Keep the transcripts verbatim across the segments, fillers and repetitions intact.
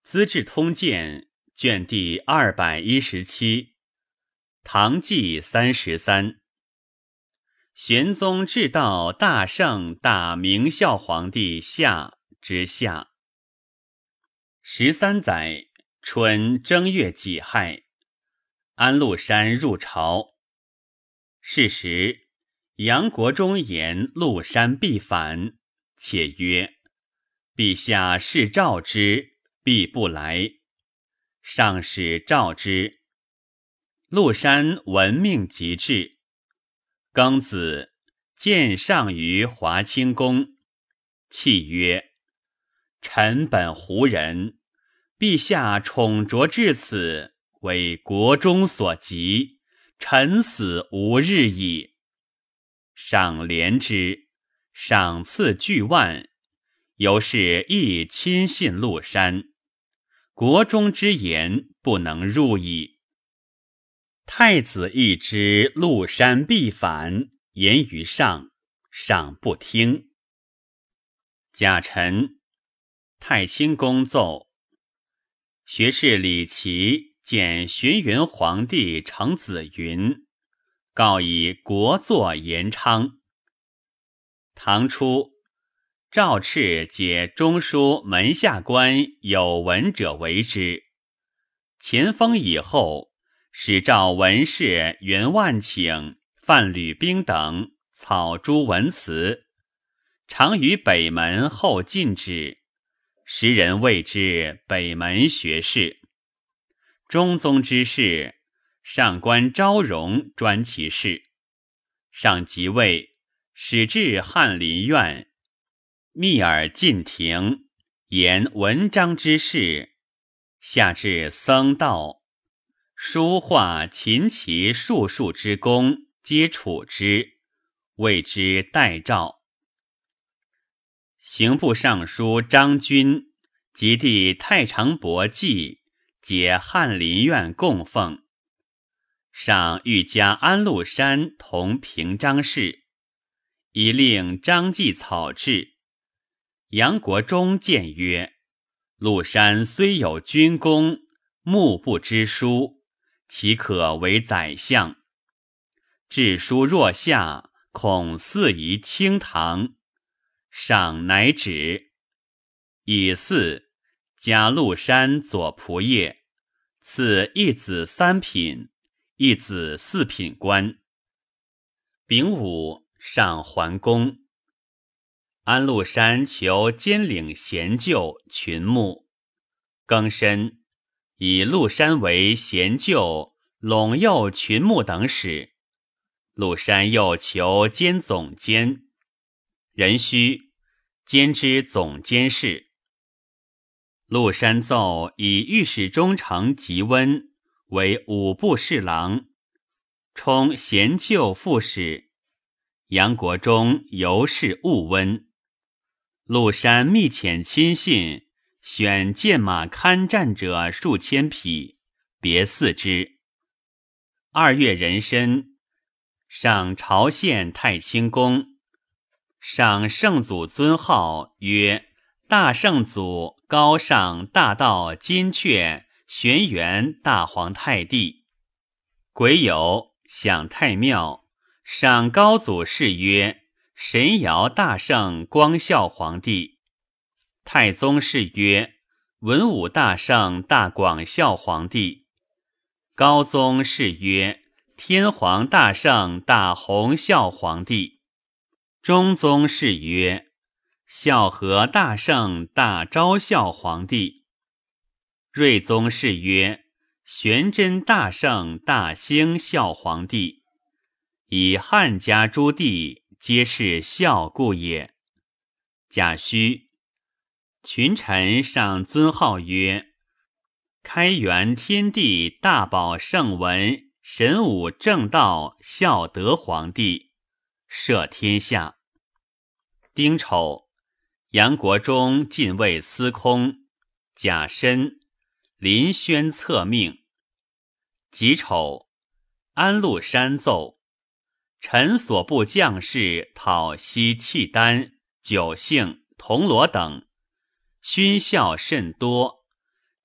资治通鉴》卷第二百一十七，唐纪三十三。玄宗至道大圣大明孝皇帝下之下。十三载春正月己亥，安禄山入朝。是时杨国忠言禄山必反，且曰：陛下是召之，必不来。上使召之。禄山闻命即至。庚子，见上于华清宫，泣曰：臣本胡人，陛下宠擢至此，为国中所急，臣死无日矣。上怜之，赏赐巨万，由是亦亲信禄山。国中之言不能入矣。太子亦知禄山必反，言于上，上不听。甲辰，太清宫奏：学士李琦见玄元皇帝承子云，告以国祚延昌。唐初，赵赤解中书门下官有闻者为之。乾封以后，使赵文士袁万顷、范吕冰等草诸文辞，常于北门后进之，时人谓之北门学士。中宗之事，上官昭容专其事。上即位，使至翰林院，密耳进庭，言文章之事，下至僧道，书画琴棋术数之功，皆处之，谓之代诏。刑部尚书张君及弟太常伯季皆翰林院供奉。上欲加安禄山同平章事，以令张继草制。杨国忠谏曰：禄山虽有军功，目不知书，岂可为宰相？治书若下，恐肆夷倾堂。上乃止。以巳，加禄山左仆射，赐一子三品，一子四品官。丙午，上还宫。安禄山求兼领贤舅、群牧。庚申，以禄山为贤舅、陇右群牧等使。禄山又求兼总监。壬戌，兼之总监事。禄山奏以御史中丞吉温为五部侍郎，充贤舅副使。杨国忠尤是务温。禄山密遣亲信，选剑马堪战者数千匹，别赐之。二月壬申，上朝献太清宫。上圣祖尊号曰大圣祖高尚大道金阙玄元大皇太帝。癸酉，享太庙，上高祖谥曰神尧大圣光孝皇帝。太宗谥曰文武大圣大广孝皇帝。高宗谥曰天皇大圣大弘孝皇帝。中宗谥曰孝和大圣大昭孝皇帝。睿宗谥曰玄真大圣大兴孝皇帝。以汉家诸帝皆是孝故也。甲戌，群臣上尊号曰开元天地大宝圣文神武正道孝德皇帝，摄天下。丁丑，杨国忠进位司空。甲申，临轩册命。己丑，安禄山奏：臣所部将士讨西契丹、九姓、铜锣等，勋孝甚多，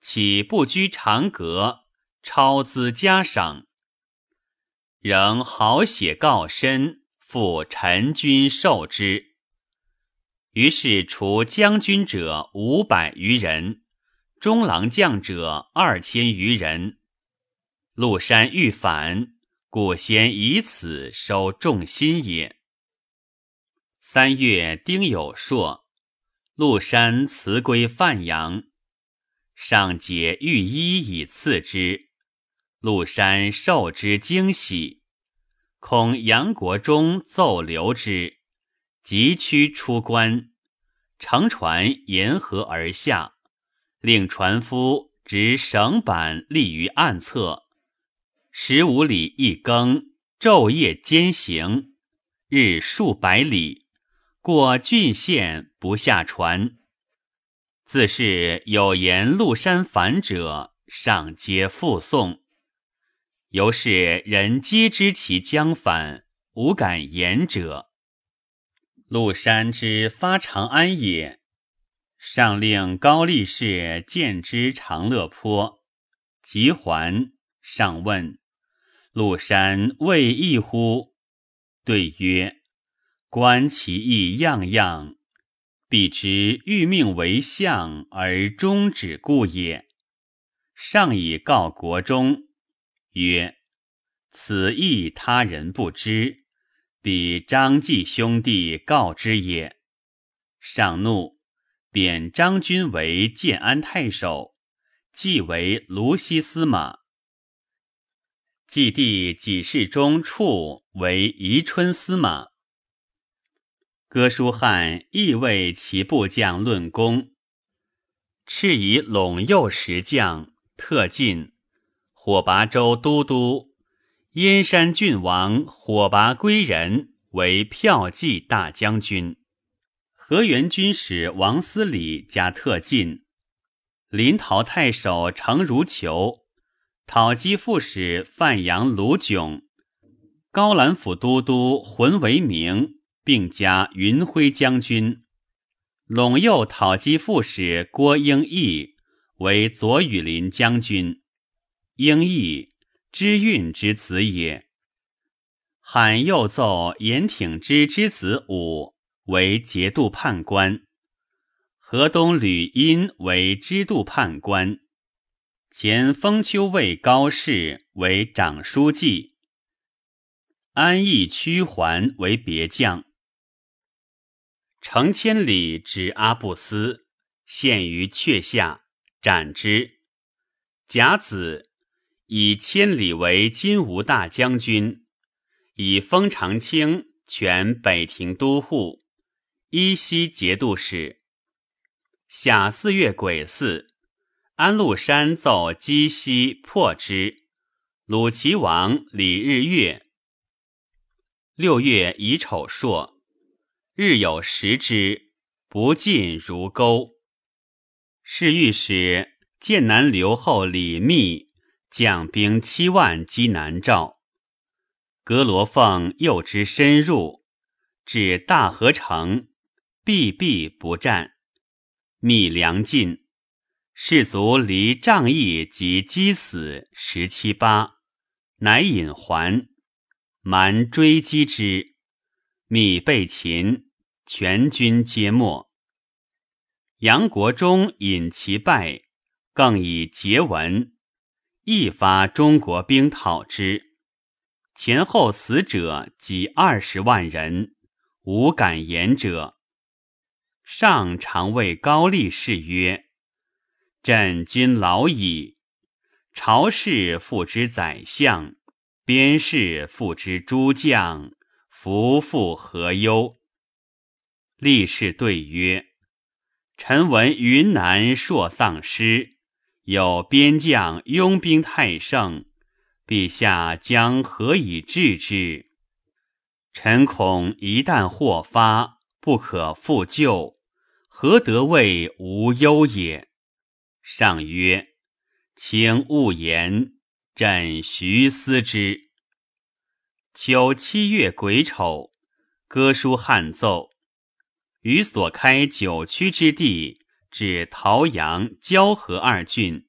岂不居长阁，超资加赏。仍好写告身，复陈军受之。于是除将军者五百余人，中郎将者二千余人。陆山欲反，故先以此收众心也。三月丁酉朔，陆山辞归范阳，上解御衣以赐之。陆山受之惊喜，恐杨国忠奏留之，急驱出关，乘船沿河而下，令船夫执绳板立于岸侧，十五里一更，昼夜兼行，日数百里，过郡县不下船。自是有言陆山反者，上皆附送。由是人皆知其将反，无敢言者。陆山之发长安也，上令高力士见之长乐坡，即还。上问陆山未异乎？对曰：观其意样样，必知欲命为相而终止故也。上以告国中，曰：此意他人不知，彼张继兄弟告之也。上怒，贬张军为建安太守，继为卢西司马。继弟己世中处为宜春司马。哥舒翰亦为其部将论功，敕以陇右石将特进，火拔州都督燕山郡王火拔归人为骠骑大将军。河源军使王思礼加特进，临洮太守程如求，讨击副使范阳卢迥，高兰府都督浑为明，并加云辉将军。陇右讨击副使郭英义为左羽林将军。英义知运之子也。罕又奏严挺之之子武为节度判官，河东吕殷为知度判官，前封丘尉高士为长书记，安邑屈桓为别将。程千里指阿布斯，陷于阙下，斩之。甲子，以千里为金吾大将军，以封长清权北庭都护，依稀节度使。夏四月癸巳，安禄山奏击西破之，鲁齐王李日月。六月乙丑朔，日有食之，不尽如钩。侍御史剑南留后李密将兵七万击南诏，阁罗凤诱之深入，至大河城，必必不战。密粮尽，士卒离仗义及击死十七八，乃引还。蛮追击之，密被擒，全军皆没。杨国忠引其败，更以桀文，亦发中国兵讨之。前后死者几二十万人，无敢言者。上常谓高力士曰：朕今老矣，朝事付之宰相，边事付之诸将，夫复何忧？力士对曰：臣闻云南朔丧失，有边将拥兵太盛，陛下将何以治之？臣恐一旦祸发，不可复救，何得谓无忧也？上曰：请勿言，朕徐思之。秋七月癸丑，哥舒翰奏，于所开九曲之地，至桃阳、交河二郡，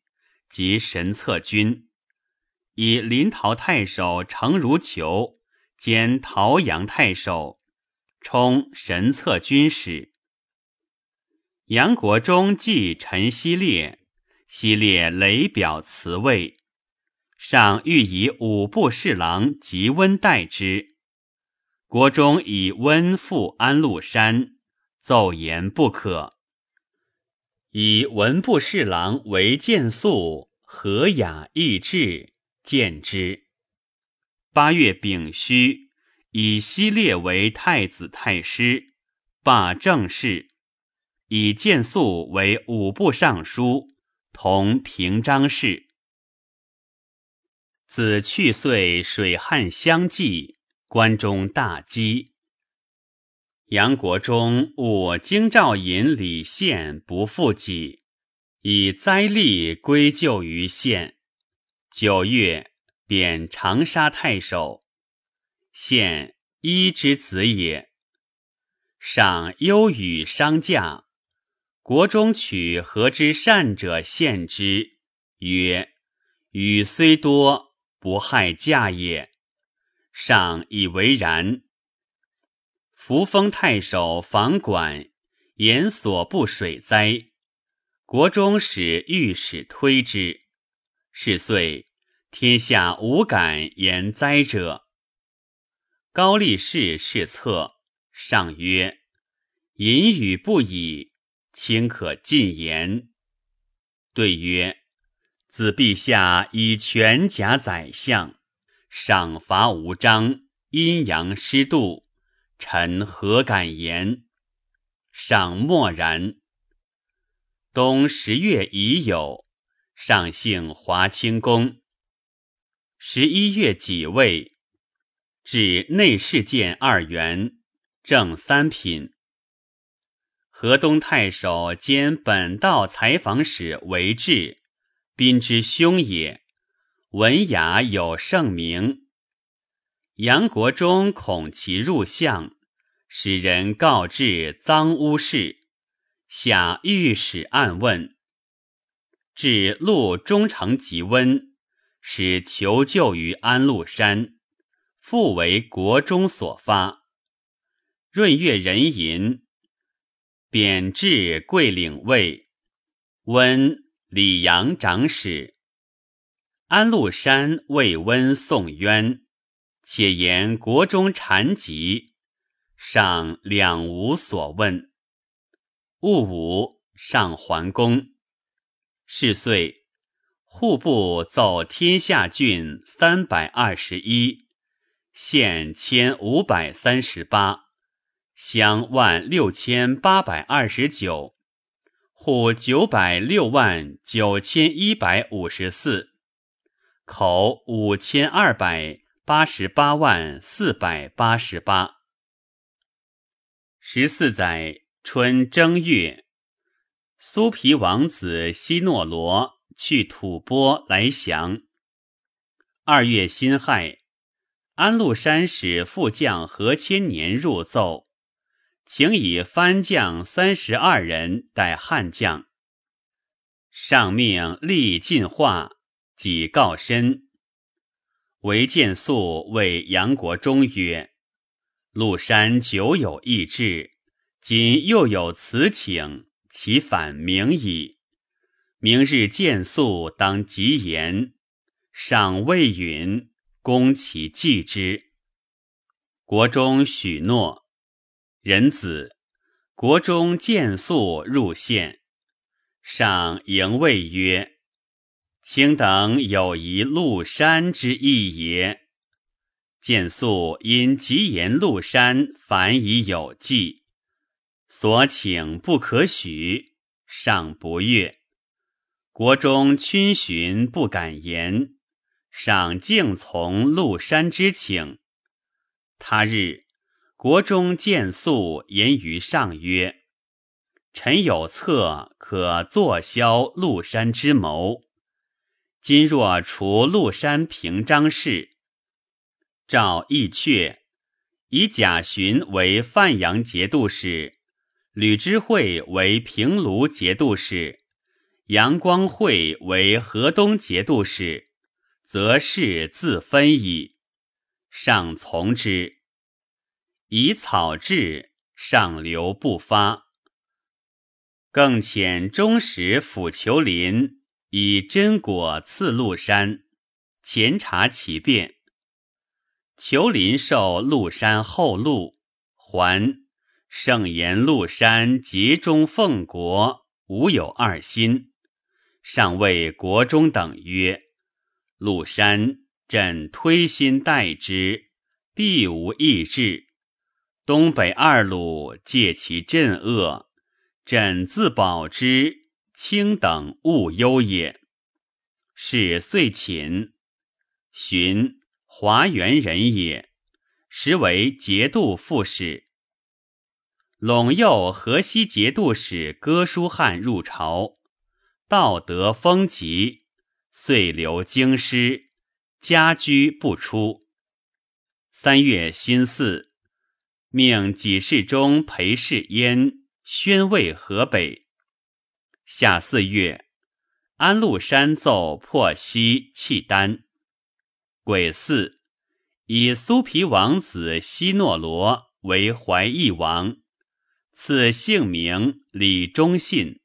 及神策军，以临洮太守程如求兼陶阳太守，充神策军使。杨国忠继陈希烈，希烈雷表辞位，上欲以五部侍郎吉温代之。国忠以温赴安禄山，奏言不可。以文部侍郎为建肃，和雅易志，见之。八月丙戌，以希烈为太子太师，罢政事，以建肃为五部尚书，同平章事。自去岁水旱相继，关中大饥。杨国忠误京兆尹李宪不复己，以灾吏归咎于宪。九月，贬长沙太守。宪一之子也。上忧与商驾，国忠取何之善者献之，曰：雨虽多，不害驾也。上以为然。扶风太守房管言所部水灾，国忠使御史推之。是岁，天下无敢言灾者。高力士是策，上曰：淫语不已，卿可进言。对曰：自陛下以权假宰相，赏罚无章，阴阳失度，臣何敢言？上默然。冬十月乙酉，上幸华清宫。十一月己未，至内侍监二员，正三品。河东太守兼本道采访使韦志，宾之兄也，文雅有盛名。杨国忠恐其入相，使人告至赃污事，下御史暗问，至陆中丞吉温，使求救于安禄山，复为国忠所发。闰月壬寅，贬至桂领尉，温礼阳长史。安禄山为温送冤，且言国中禅疾，上两无所问。戊午，上还宫。是岁，户部奏天下郡三百二十一，县千五百三十八，乡万六千八百二十九，户九百六万九千一百五十四，口五千二百八十八万四百八十八。十四载春正月，苏皮王子西诺罗去吐蕃来降。二月辛亥，安禄山使副将何千年入奏，请以番将三十二人代汉将。上命立进化，己告身。韦建肃谓杨国忠曰：禄山久有意志，今又有此请，其反明矣。明日建肃当急言，上未允，攻其继之。国忠许诺。壬子，国忠建肃入县。上迎谓曰：卿等有疑禄山之意也。建肃因急言禄山反已有计，所请不可许，上不悦。国忠逡巡不敢言，上竟从禄山之请。他日，国忠建肃言于上曰：臣有策可坐销禄山之谋。今若除禄山平章事，诏义阙，以贾询为范阳节度使，吕知惠为平卢节度使， 杨光惠为河东节度使，则事自分矣。上从之。以草至，上留不发。更遣中使府求林，以真果赐陆山，前察其变。求林受陆山后禄，还盛言陆山节中奉国，无有二心。上谓国中等曰：陆山，朕推心待之，必无异志。东北二鲁借其镇恶，朕自保之，卿等勿忧也。是遂寝。荀，华原人也，时为节度副使。陇右河西节度使哥舒翰入朝，道德风疾，遂留京师，家居不出。三月辛巳，命给事中裴世焉宣慰河北。夏四月，安禄山奏破西契丹。癸巳，以苏皮王子西诺罗为怀义王，赐姓名李忠信。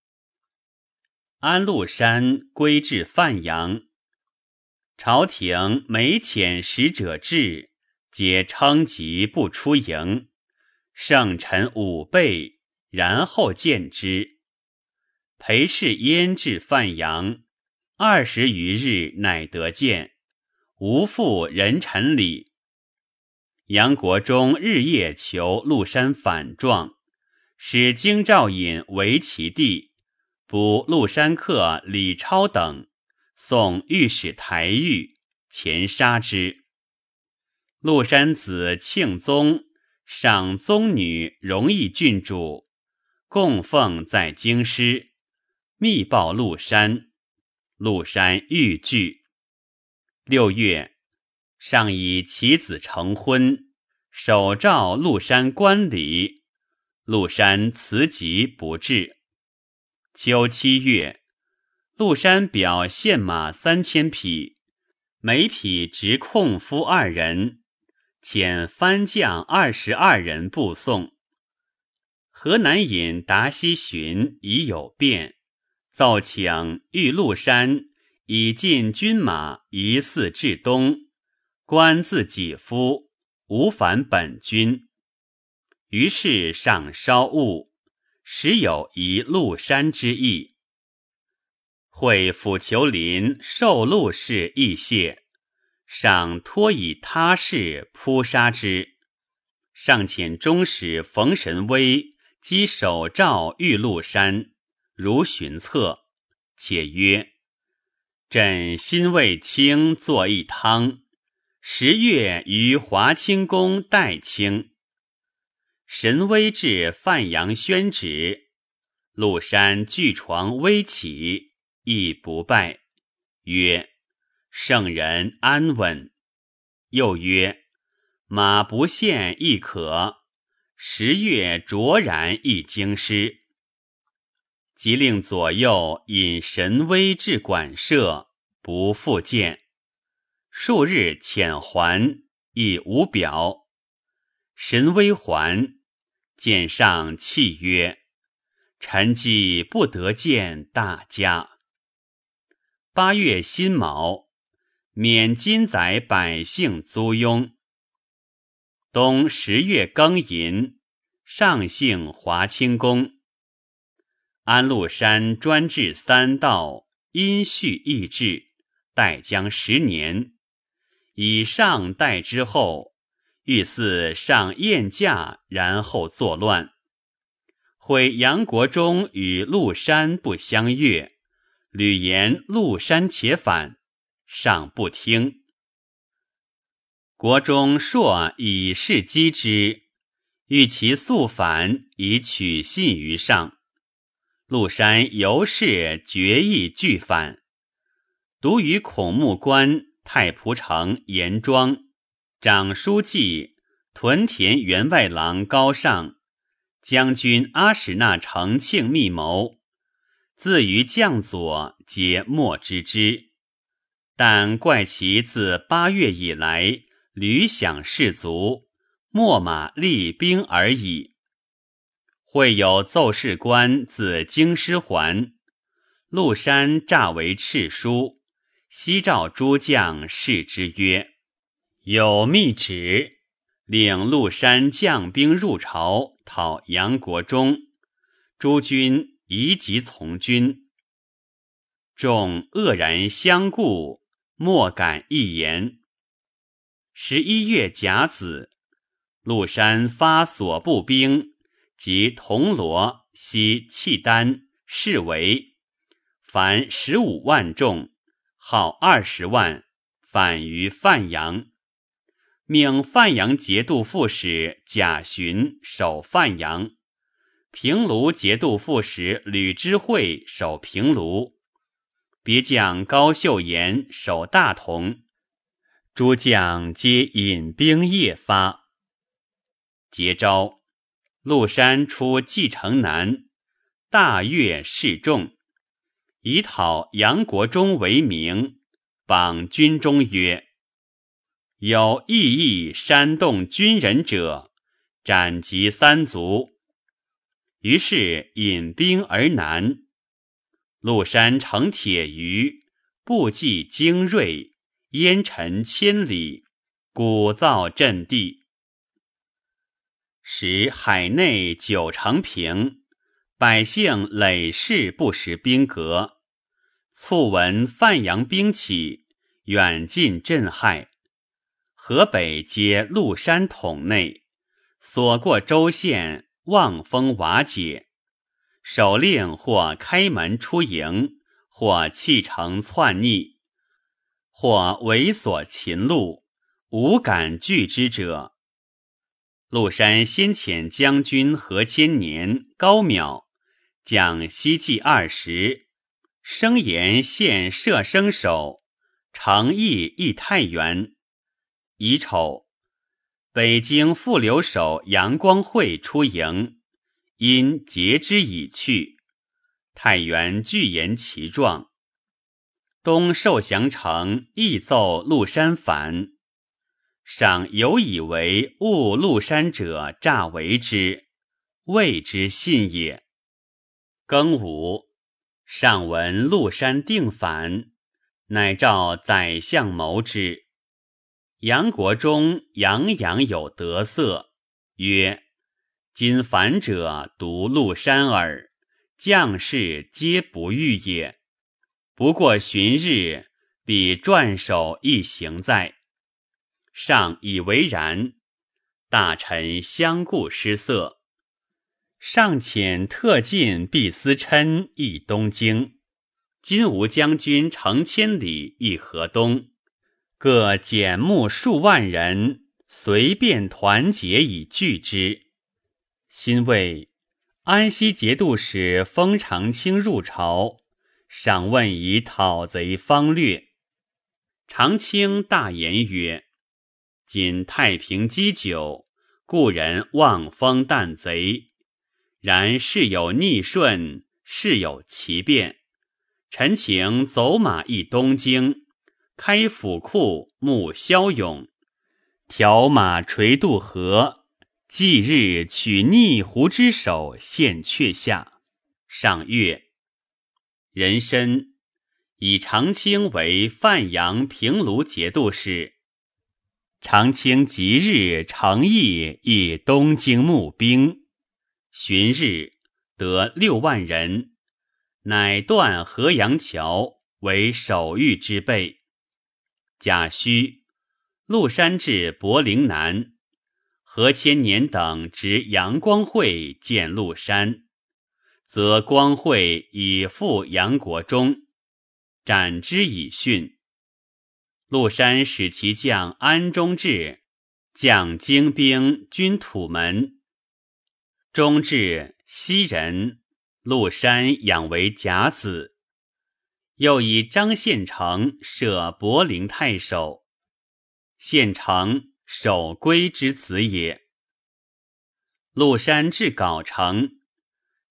安禄山归至范阳，朝廷每遣使者至，皆称疾不出营，圣臣五倍，然后见之。裴世焉至范阳，二十余日乃得见，无负人臣礼。杨国忠日夜求陆山反状，使京兆尹为其弟，捕陆山客李超等，送御史台狱，前杀之。陆山子庆宗赏宗女荣义郡主，供奉在京师，密报陆山。陆山欲拒。六月，上以其子成婚，手诏陆山观礼，陆山辞疾不至。秋七月，陆山表献马三千匹，每匹执控夫二人，遣番将二十二人步送。河南尹达西巡已有变，奏请欲陆山以进军马疑似至东，官自己夫，无反本军。于是上稍误，实有疑陆山之意。会府求林受陆氏义谢，上托以他事扑杀之。上遣中使冯神威击手诏御陆山，如寻策，且曰：朕新为卿作一汤，十月于华清宫待卿。神威至范阳宣旨，陆山据床微起，亦不拜，曰：圣人安稳。又曰：马不献亦可，十月卓然亦京师。即令左右引神威至馆舍，不复见。数日遣还，亦无表。神威还，见上泣曰：臣既不得见大家。八月辛卯，免金宰百姓租庸。冬十月庚寅，上幸华清宫。安禄山专治三道，因序易制，待将十年。以上代之后，欲似上宴驾，然后作乱。毁杨国忠与陆山不相悦，屡言陆山且反，上不听。国忠硕以事击之，欲其速反，以取信于上。陆山由是决意拒反。独与孔目官、太仆丞严庄、长书记、屯田员外郎高尚、将军阿史那承庆密谋， 自于将佐皆莫知之。但怪其自八月以来，屡享士卒，秣马厉兵而已。会有奏事官自京师还，陆山诈为敕书，西召诸将视之曰：有密旨，令陆山将兵入朝讨杨国忠，诸军宜即从军。众愕然相顾，莫敢一言。十一月甲子，陆山发所部兵及铜锣、西契丹、士为，凡十五万众，号二十万，反于范阳。命范阳节度副使贾询守范阳，平卢节度副使吕知惠守平卢，别将高秀岩守大同，诸将皆引兵夜发。节昭，陆山出蓟城南，大悦示众，以讨杨国忠为名，榜军中曰：有异议煽动军人者，斩及三族。于是引兵而南。陆山乘铁鱼，步骑精锐，烟尘千里，鼓噪震地。使海内九成平，百姓累世不识兵革。促闻范阳兵起，远近震骇。河北皆陆山统内，所过州县望风瓦解，首令或开门出营，或弃城窜逆，或猥琐秦路，无敢拒之者。陆山先遣将军何千年、高邈将西骑二十，声言献射生手，诚意议太原。乙丑，北京副留守杨光惠出营，因节之已去，太原具言其状。东受降城亦奏陆山反，上有以为误陆山者诈为之，谓之信也。庚午，上闻陆山定反，乃召宰相谋之。杨国忠洋洋有得色，曰：今反者独陆山耳，将士皆不遇也。不过旬日，必转首一行在。上以为然，大臣相顾失色。上遣特进毕思琛诣东京，金吾将军程千里诣河东，各减募数万人，随便团结以拒之。辛未，安西节度使封长清入朝，上问以讨贼方略。长清大言曰：今太平积久，故人望风啖贼，然事有逆顺，事有奇变。臣请走马诣东京，开府库，募骁勇，条马垂渡河，即日取逆胡之首，献阙下。上月，壬申，以长清为范阳平卢节度使。长清即日诚意诣东京募兵，旬日得六万人，乃断河阳桥为守御之备。甲戌，陆山至柏陵南，何千年等执杨光惠见陆山，则光惠以复杨国忠，斩之以训。陆山使其将安忠志将精兵军土门。忠志西人，陆山养为甲子。又以张献成设柏陵太守，献成守归之子也。陆山至藁城，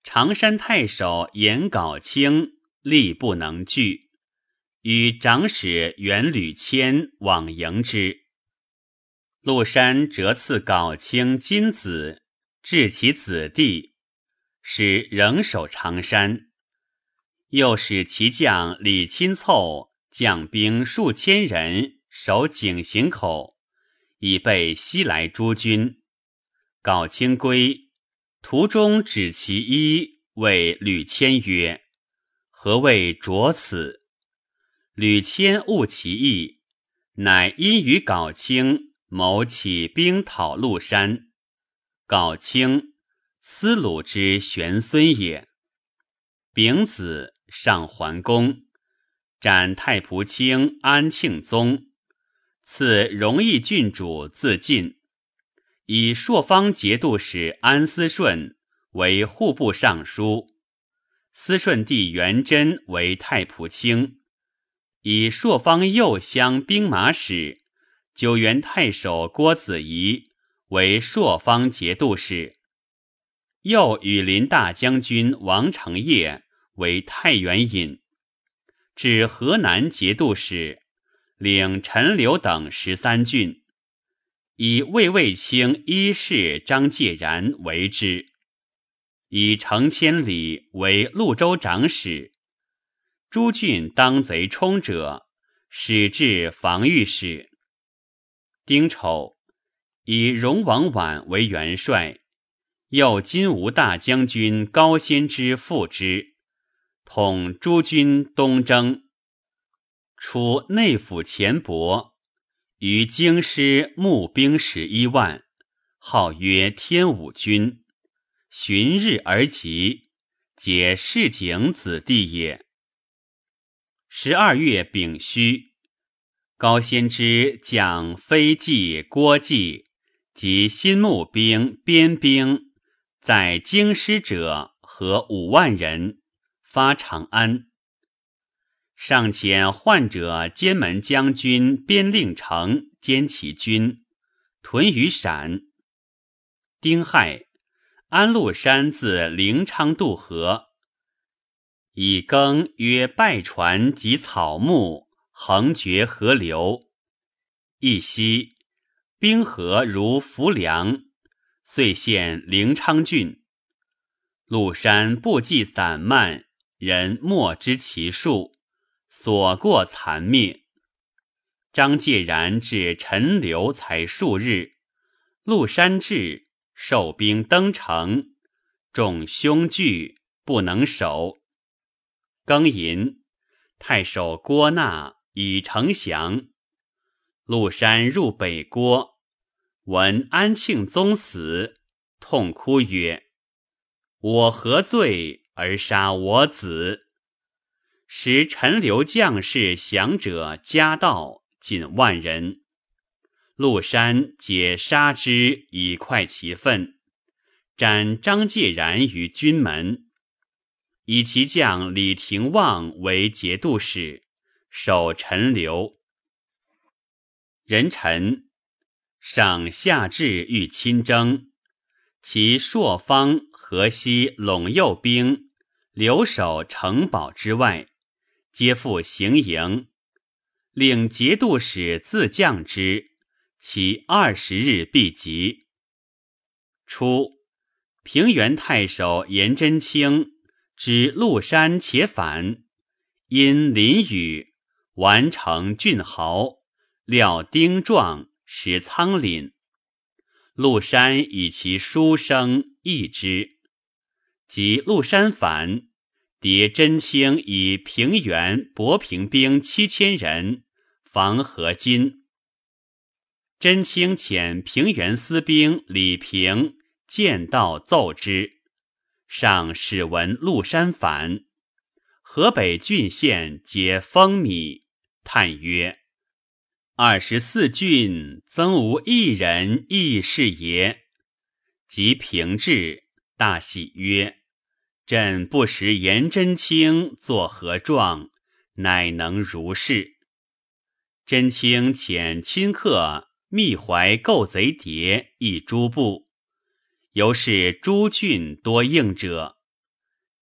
常山太守颜杲卿力不能拒，与长史袁吕谦往迎之。陆山折赐杲卿金子，治其子弟，使仍守常山。又使骑将李钦凑将兵数千人守井陉口，以备西来诸军。杲卿归，途中指其衣，谓吕谦曰：何谓着此？吕谦悟其意，乃因与杲卿谋起兵讨陆山。杲卿，司鲁之玄孙也。丙子，上桓公，斩太仆卿安庆宗，赐荣邑郡主自尽，以朔方节度使安思顺为户部尚书，思顺弟元贞为太仆卿，以朔方右乡兵马使九原太守郭子仪为朔方节度使，又与林大将军王承业为太原尹，至河南节度使，领陈留等十三郡，以卫尉卿医士张介然为之，以程千里为潞州长史。诸郡当贼冲者，使至防御使。丁丑，以荣王绾为元帅，又金吾大将军高仙芝副之，统诸军东征。出内府钱帛，于京师募兵十一万，号曰天武军，旬日而集，皆市井子弟也。十二月丙戌，高仙芝将飞骑、郭骑及新募兵、边兵，在京师者合五万人，发长安。上遣患者监门将军边令成兼其军，屯于陕。丁亥，安禄山自灵昌渡河，以耕约拜船及草木，横绝河流。一夕，冰河如浮梁，遂陷灵昌郡。禄山部骑散漫，人莫知其数，所过残灭。张介然至陈留才数日，禄山至，受兵登城，众凶惧，不能守。庚寅，太守郭纳以城降。禄山入北郭，闻安庆宗死，痛哭曰：我何罪而杀我子？时陈留将士降者家道仅万人，禄山皆杀之以快其愤，斩张介然于军门，以其将李廷望为节度使，守陈留。壬辰，上下至欲亲征，其朔方、河西陇右兵留守城堡之外，皆复行营，令节度使自降之，其二十日必及。初，平原太守颜真卿知禄山且反，因淋雨，完成郡豪，料丁壮，使仓廪。禄山以其书生易之，及禄山反，迭真卿以平原博平兵七千人防河津。真卿遣平原司兵李平见道奏之，上使闻禄山反，河北郡县皆风靡，叹曰：二十四郡曾无一人义士也。及平至，大喜曰：朕不识颜真卿作何状，乃能如是。真卿遣亲客密怀购贼谍一诸部，由是诸郡多应者。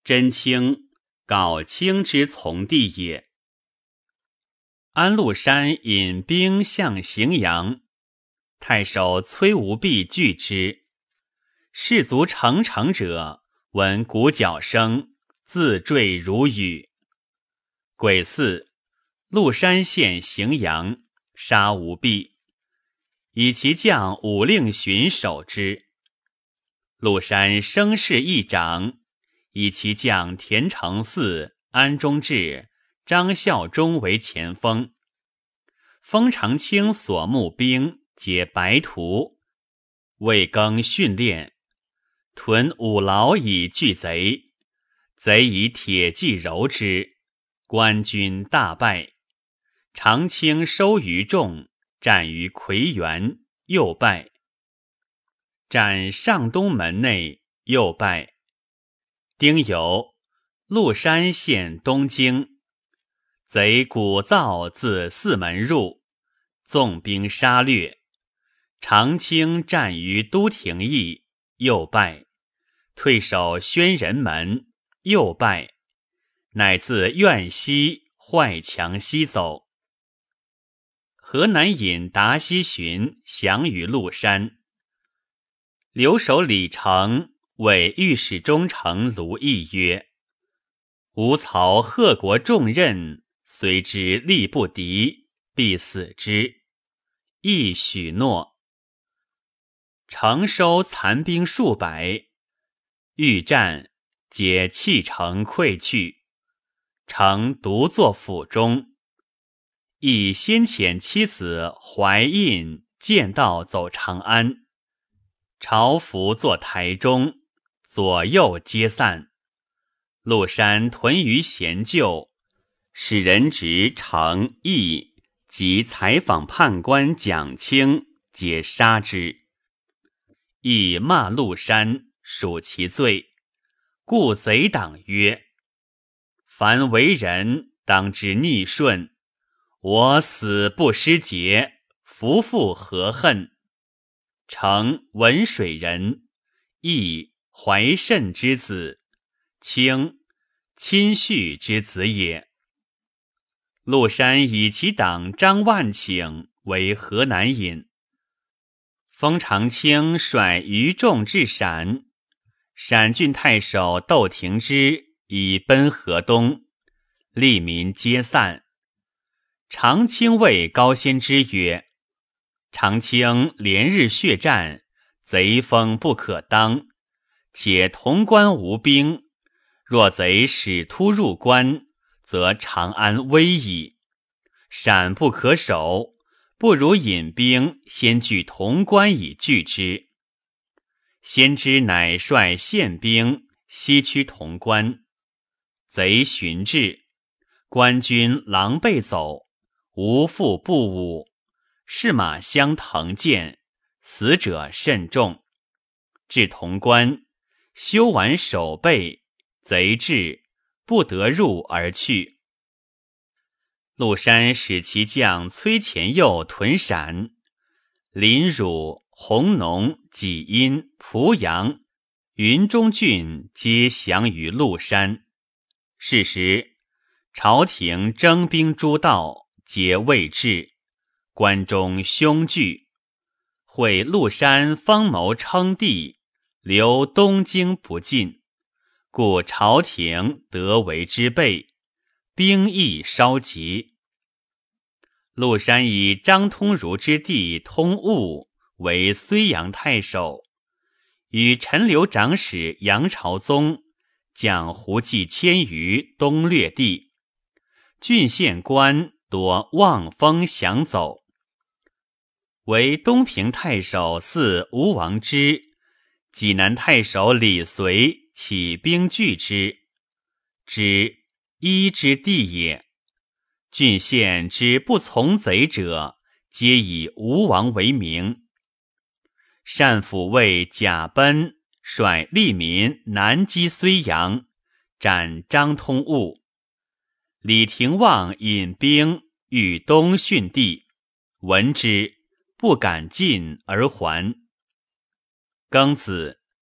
真卿、杲卿之从弟也。安禄山引兵向荥阳，太守崔无弼拒之。士卒成城者，闻鼓角声，自坠如雨。癸巳，禄山陷荥阳，杀无弼，以其将武令荀守之。禄山声势一长，以其将田承嗣、安忠志、张孝忠为前锋。封长清所募兵皆白徒，未更训练，屯五牢以拒贼。贼以铁骑蹂之，官军大败。长清收余众，战于夔园，又败。战上东门内，又败。丁酉，禄山陷东京，贼鼓噪自四门入，纵兵杀掠。长清战于都亭驿，又败，退守宣仁门，又败，乃自苑西坏墙西走。河南尹达西巡降于禄山。留守李成谓御史中丞卢毅曰：吾曹贺国重任，虽知力不敌，必死之。亦许诺。成收残兵数百，欲战，皆弃城溃去。成独坐府中。亦先遣妻子怀印见道走长安。朝服坐台中，左右皆散。禄山屯于贤臼，使人执成义及采访判官蒋清，皆杀之。亦骂禄山，数其罪，故贼党曰：凡为人，当知逆顺。我死不失节，夫妇何恨？成文水人，义怀慎之子，清亲叙之子也。禄山以其党张万顷为河南尹。封长清率余众至陕，陕郡太守窦廷之以奔河东，吏民皆散。长清谓高仙芝曰：长清连日血战，贼风不可当，且潼关无兵，若贼使突入关，则长安危矣。陕不可守，不如引兵先据潼关以拒之。先知乃率县兵西驱潼关，贼寻至，官军狼狈走，无复不武，士马相腾剑，死者甚众。至潼关，修完守备，贼至，不得入而去。禄山使其将崔乾佑屯陕，临汝、弘农、济阴、濮阳、云中郡皆降于禄山。是时，朝廷征兵诸道，皆未至，关中凶惧。会禄山方谋称帝，留东京不进，故朝廷得为之备，兵役稍急。禄山以张通儒之弟通务为睢阳太守，与陈留长史杨朝宗将胡骑千余东掠地，郡县官多望风降走。为东平太守嗣吴王之、济南太守李随起兵拒之，之一之地也。郡县之不从贼者，皆以吴王为名。单抚尉贾奔率吏民南击睢阳，斩张通务。李廷望引兵欲东训地，闻之，不敢进而还。庚子，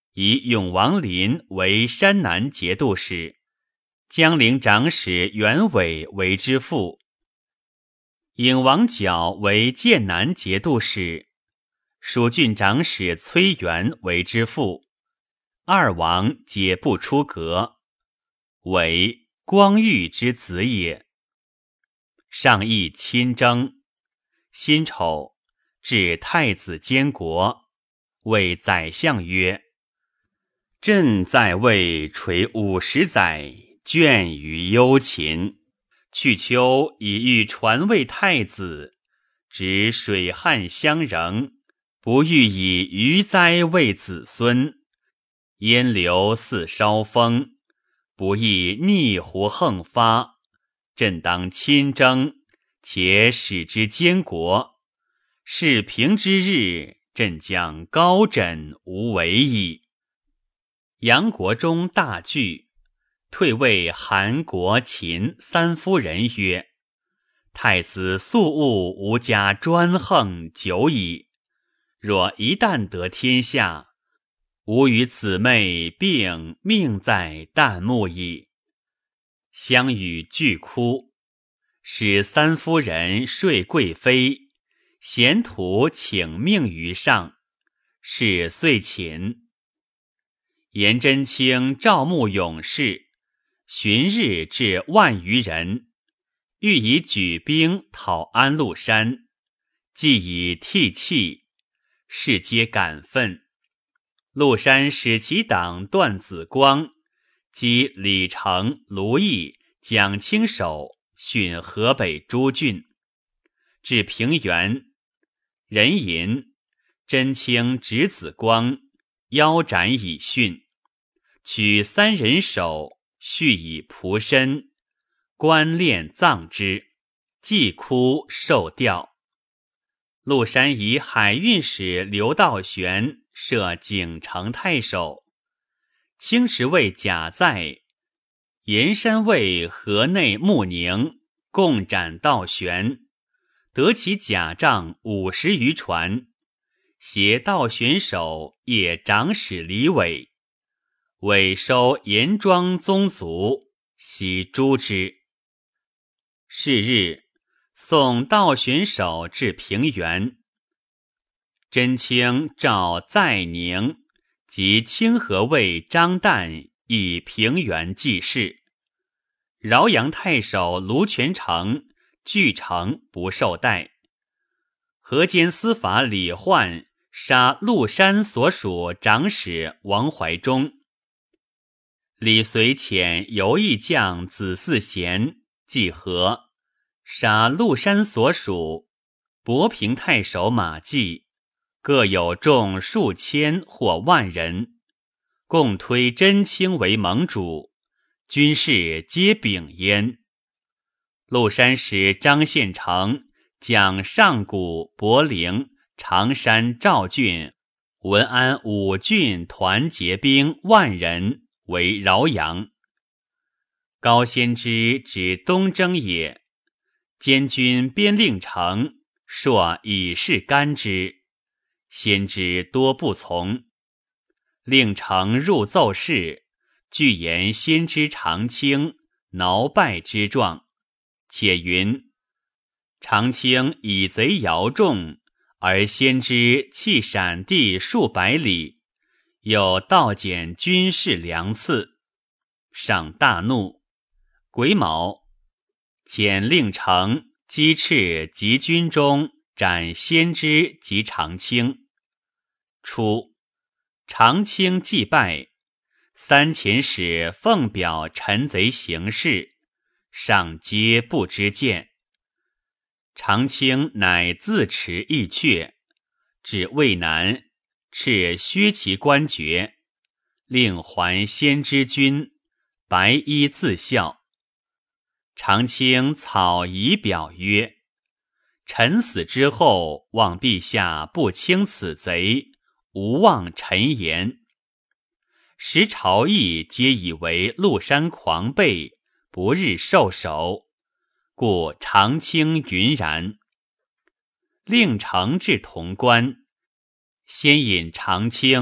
以永王林为山南节度使，江陵长史袁伟为之父。尹王角为剑南节度使，蜀郡长史崔元为之父。二王皆不出阁，为光裕之子也。上议亲征，辛丑，至太子监国，谓宰相曰：朕在位垂五十载，倦于忧秦。去秋以欲传位太子，执水旱相仍，不欲以余灾为子孙。烟流似烧风，不亦逆胡横发。朕当亲征，且使之监国。事平之日，朕将高枕无为矣。杨国忠大惧，退谓韩国、秦三夫人曰：太子素务无家专横久矣，若一旦得天下，吾与姊妹并命在旦暮矣。相与俱哭，使三夫人睡贵妃，贤徒请命于上，是遂寝。颜真卿召募勇士，旬日至万余人，欲以举兵讨安禄山，既以涕泣，士皆感愤。禄山使其党段子光击李成、卢毅、蒋清守，训河北诸郡。至平原，人吟，真卿执子光，腰斩以训，取三人首，续以仆身，官殓葬之，既哭受吊。禄山以海运使刘道玄设景城太守，青石卫贾在、盐山卫河内穆宁共斩道玄，得其甲仗五十余船，携道玄首谒长史李伟，伟收严庄宗族，悉诛之。是日，送道玄首至平原，真卿召在宁及清河卫张旦以平原济事。饶阳太守卢全成据城不受待。河间司法李焕杀禄山所属长史王怀忠。李随遣游义将子嗣贤济河，杀禄山所属博平太守马季，各有众数千或万人，共推真卿为盟主，军士皆秉焉。禄山使张献成将上谷、柏陵、常山、赵郡、文安五郡团结兵万人为饶阳。高仙芝指东征也，监军边令成朔以示干之，先知多不从。令成入奏事，具言先知长卿挠败之状，且云长卿以贼摇众，而先知弃闪地数百里，又盗减军事粮赐。上大怒，癸卯，遣令成击斥及军中，斩先知及长卿。初，长卿祭拜，三遣使奉表陈贼行事，上皆不知见。长卿乃自持义阙，至渭南，敕削其官爵，令还先知军，白衣自效。长卿草仪表曰：臣死之后，望陛下不轻此贼，无忘臣言。时朝议皆以为禄山狂悖，不日受首，故长卿云然。令成至潼关，先引长卿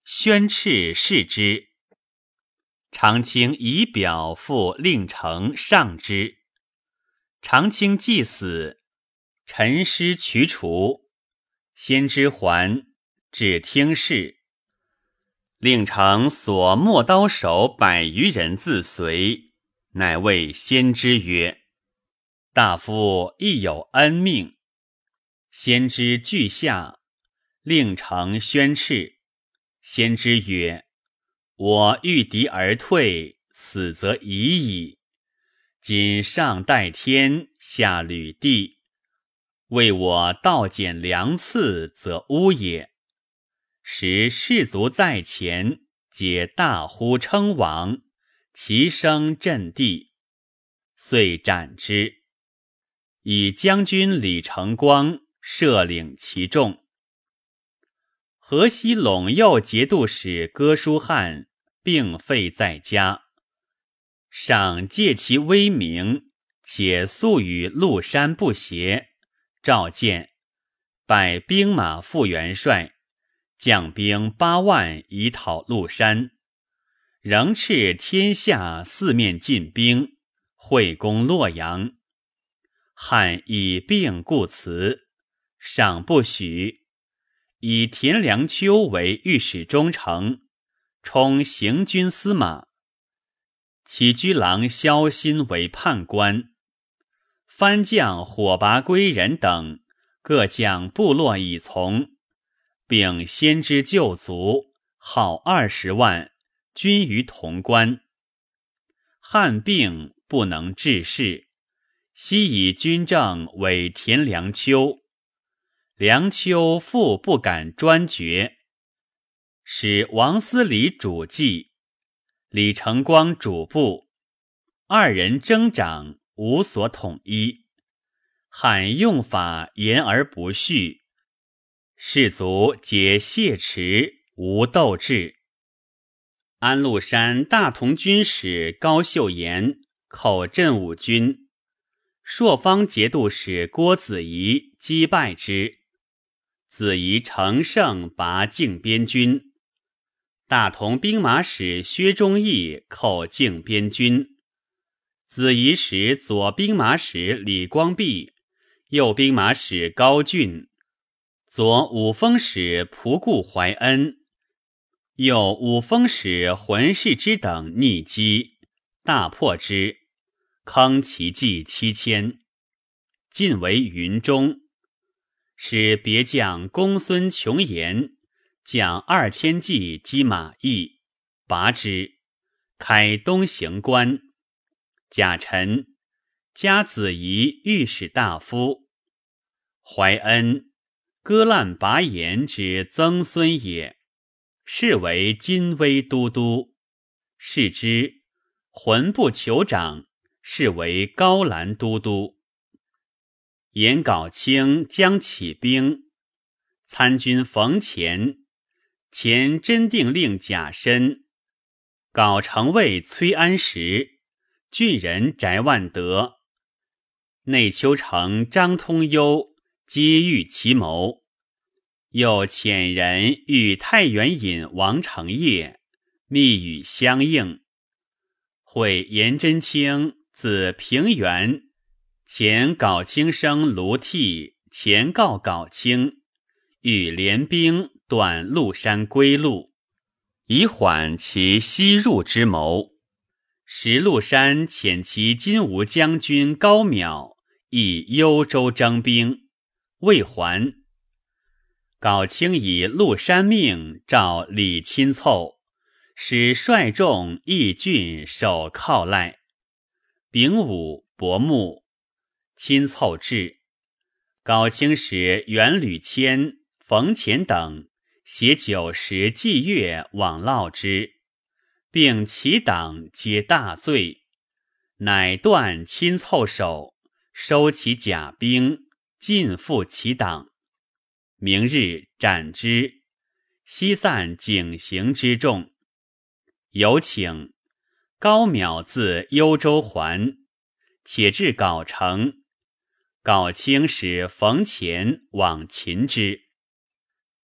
宣敕视之。长卿仪表复令丞上之。长卿既死，陈师渠除。先知还，至听事。令丞所磨刀手百余人自随，乃谓先知曰：大夫亦有恩命。先知惧下，令丞宣敕。先知曰：我遇敌而退，死则已矣。今上待天，下履地，为我盗减粮赐，则污也。时士卒在前，皆大呼称王，其声震地，遂斩之。以将军李成光摄领其众。河西陇右节度使哥舒翰病废在家，上借其威名，且素与陆山不协，召见，拜兵马副元帅，将兵八万以讨陆山，仍敕天下四面进兵，会攻洛阳。汉以病故辞，上不许，以田良秋为御史中丞，充行军司马。起居郎萧欣为判官。番将火拔归人等各将部落以从，并先知旧卒，号二十万，均于潼关。汉病不能治事，悉以军政委田良秋。良秋复不敢专决，使王思礼主计，李成光主簿，二人争长，无所统一。汉用法严而不恤，士卒皆谢持，无斗志。安禄山大同军使高秀岩寇镇武军，朔方节度使郭子仪击败之。子仪乘胜拔靖边军。大同兵马使薛忠义寇靖边军。子仪使左兵马使李光弼，右兵马使高峻，左五锋使仆固怀恩，右五锋使浑氏之等逆击，大破之，坑其计七千，尽为云中。使别将公孙琼言将二千骑击马邑，拔之，开东行关。贾臣，加子仪御史大夫。怀恩，割烂拔言之曾孙也，是为金威都督。是之，浑部酋长，是为高兰都督。颜杲卿将起兵，参军冯潜，前真定令贾申，杲城尉崔安石，郡人翟万德，内丘丞张通幽皆遇其谋。又遣人与太原尹王承业密语相应。会颜真卿自平原前杲卿生卢替前告杲卿，欲联兵断陆山归路，以缓其西入之谋。时陆山遣其金吾将军高邈以幽州征兵，未还。杲卿以陆山命召李钦凑，使率众义郡守犒赖。丙午薄暮，钦凑至，杲卿使袁吕谦、冯潜等携酒食祭乐往劳之，并其党皆大醉，乃断钦凑手，收其甲兵，尽复其党。明日斩之，悉散景行之众。有请高邈自幽州还，且至藁城，杲卿使冯潜往擒之。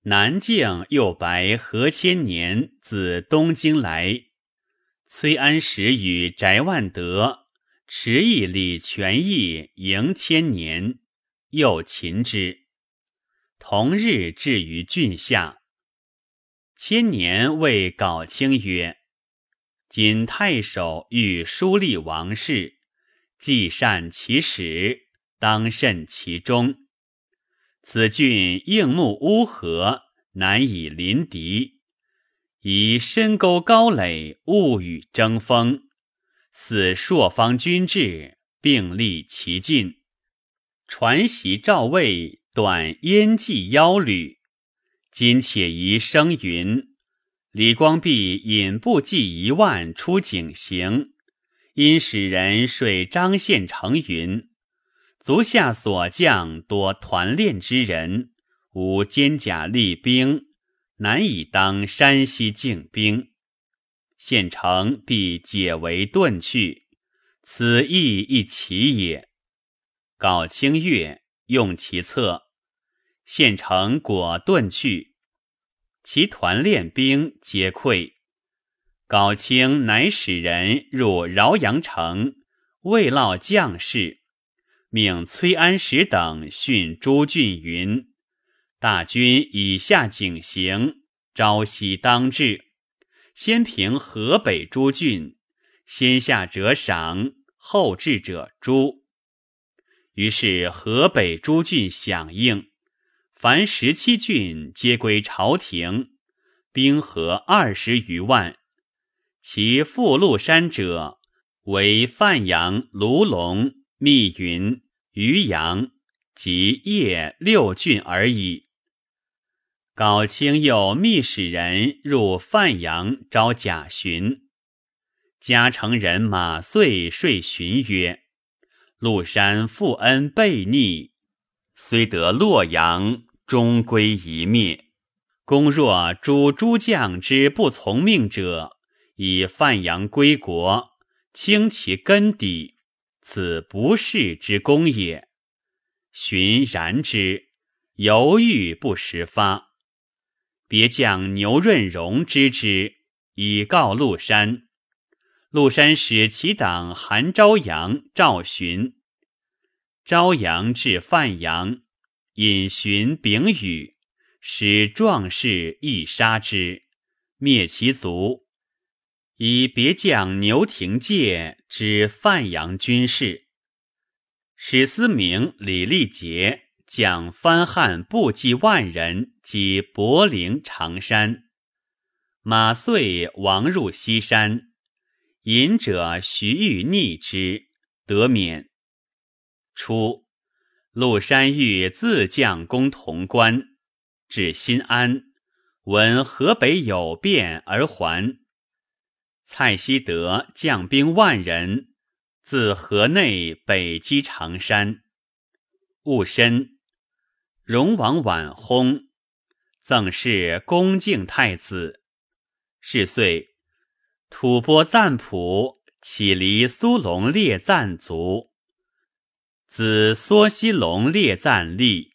南境又白何千年自东京来，崔安石与翟万德持义李全义迎千年，又擒之。同日至于郡下。千年谓杲卿曰：今太守欲书立王室，既善其始，当慎其终。此郡应木乌合，难以临敌，以深沟高垒，物与争锋，似朔方军制，并立其境。传习赵魏，短燕骑腰履。今且宜声云：李光弼引部骑一万出井陉，因使人说张献成云：足下所将多团练之人，无坚甲利兵，难以当山西境兵。献成必解围遁去，此亦一奇也。杲卿悦，用其策。献成果遁去，其团练兵皆溃。杲卿乃使人入饶阳城，慰劳将士，命崔安石等训诸郡云：大军以下井陉，朝夕当至，先平河北诸郡，先下者赏，后至者诛。于是河北诸郡响应，凡十七郡皆归朝廷，兵合二十余万。其复麓山者，为范阳、卢龙、密云、渔阳及邺六郡而已。杲卿又密使人入范阳招贾寻。嘉诚人马遂说寻曰：麓山负恩背逆，虽得洛阳，终归一灭。公若诛诸将之不从命者，以范阳归国，清其根底，此不世之功也。寻然之，犹豫不时发。别将牛润荣知之，以告陆山。陆山使其党韩昭阳、赵寻。昭阳至范阳，引寻秉语，使壮士一杀之，灭其族。以别将牛廷介之范阳军事。史思明、李立杰将番汉部骑万人击柏陵、常山。马遂亡入西山，隐者徐豫逆之，得免。初，陆山欲自将攻潼关，至新安，闻河北有变而还。蔡希德将兵万人，自河内北击常山。戊申，荣王晚薨，赠谥恭敬太子。是岁，吐蕃赞普起离苏龙列赞卒。子缩西龙列赞立。